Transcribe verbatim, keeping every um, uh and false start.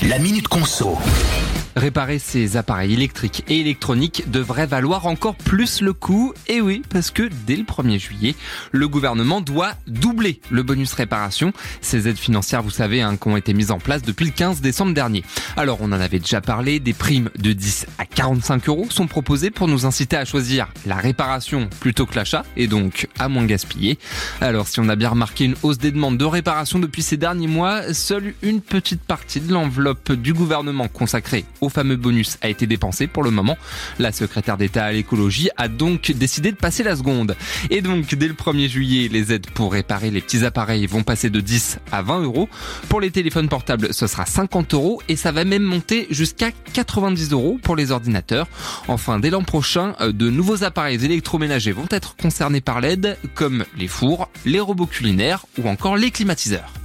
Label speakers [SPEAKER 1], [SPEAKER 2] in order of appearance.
[SPEAKER 1] La Minute Conso.
[SPEAKER 2] Réparer ces appareils électriques et électroniques devrait valoir encore plus le coup. Et oui, parce que dès le premier juillet, le gouvernement doit doubler le bonus réparation. Ces aides financières, vous savez, hein, qui ont été mises en place depuis le quinze décembre dernier. Alors, on en avait déjà parlé, des primes de dix à quarante-cinq euros sont proposées pour nous inciter à choisir la réparation plutôt que l'achat et donc à moins gaspiller. Alors, si on a bien remarqué une hausse des demandes de réparation depuis ces derniers mois, seule une petite partie de l'enveloppe du gouvernement consacrée au fameux bonus a été dépensée pour le moment. La secrétaire d'État à l'écologie a donc décidé de passer la seconde. Et donc, dès le premier juillet, les aides pour réparer les petits appareils vont passer de dix à vingt euros. Pour les téléphones portables, ce sera cinquante euros et ça va même monter jusqu'à quatre-vingt-dix euros pour les ordinateurs. Enfin, dès l'an prochain, de nouveaux appareils électroménagers vont être concernés par l'aide, comme les fours, les robots culinaires ou encore les climatiseurs.